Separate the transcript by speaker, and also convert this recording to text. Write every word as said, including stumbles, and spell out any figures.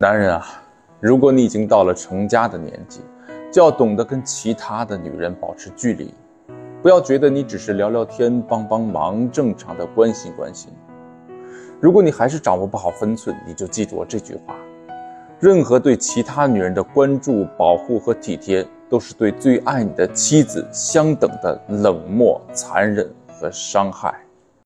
Speaker 1: 男人啊，如果你已经到了成家的年纪，就要懂得跟其他的女人保持距离，不要觉得你只是聊聊天、帮帮忙，正常的关心关心。如果你还是掌握不好分寸，你就记住我这句话：任何对其他女人的关注、保护和体贴，都是对最爱你的妻子相等的冷漠、残忍和伤害。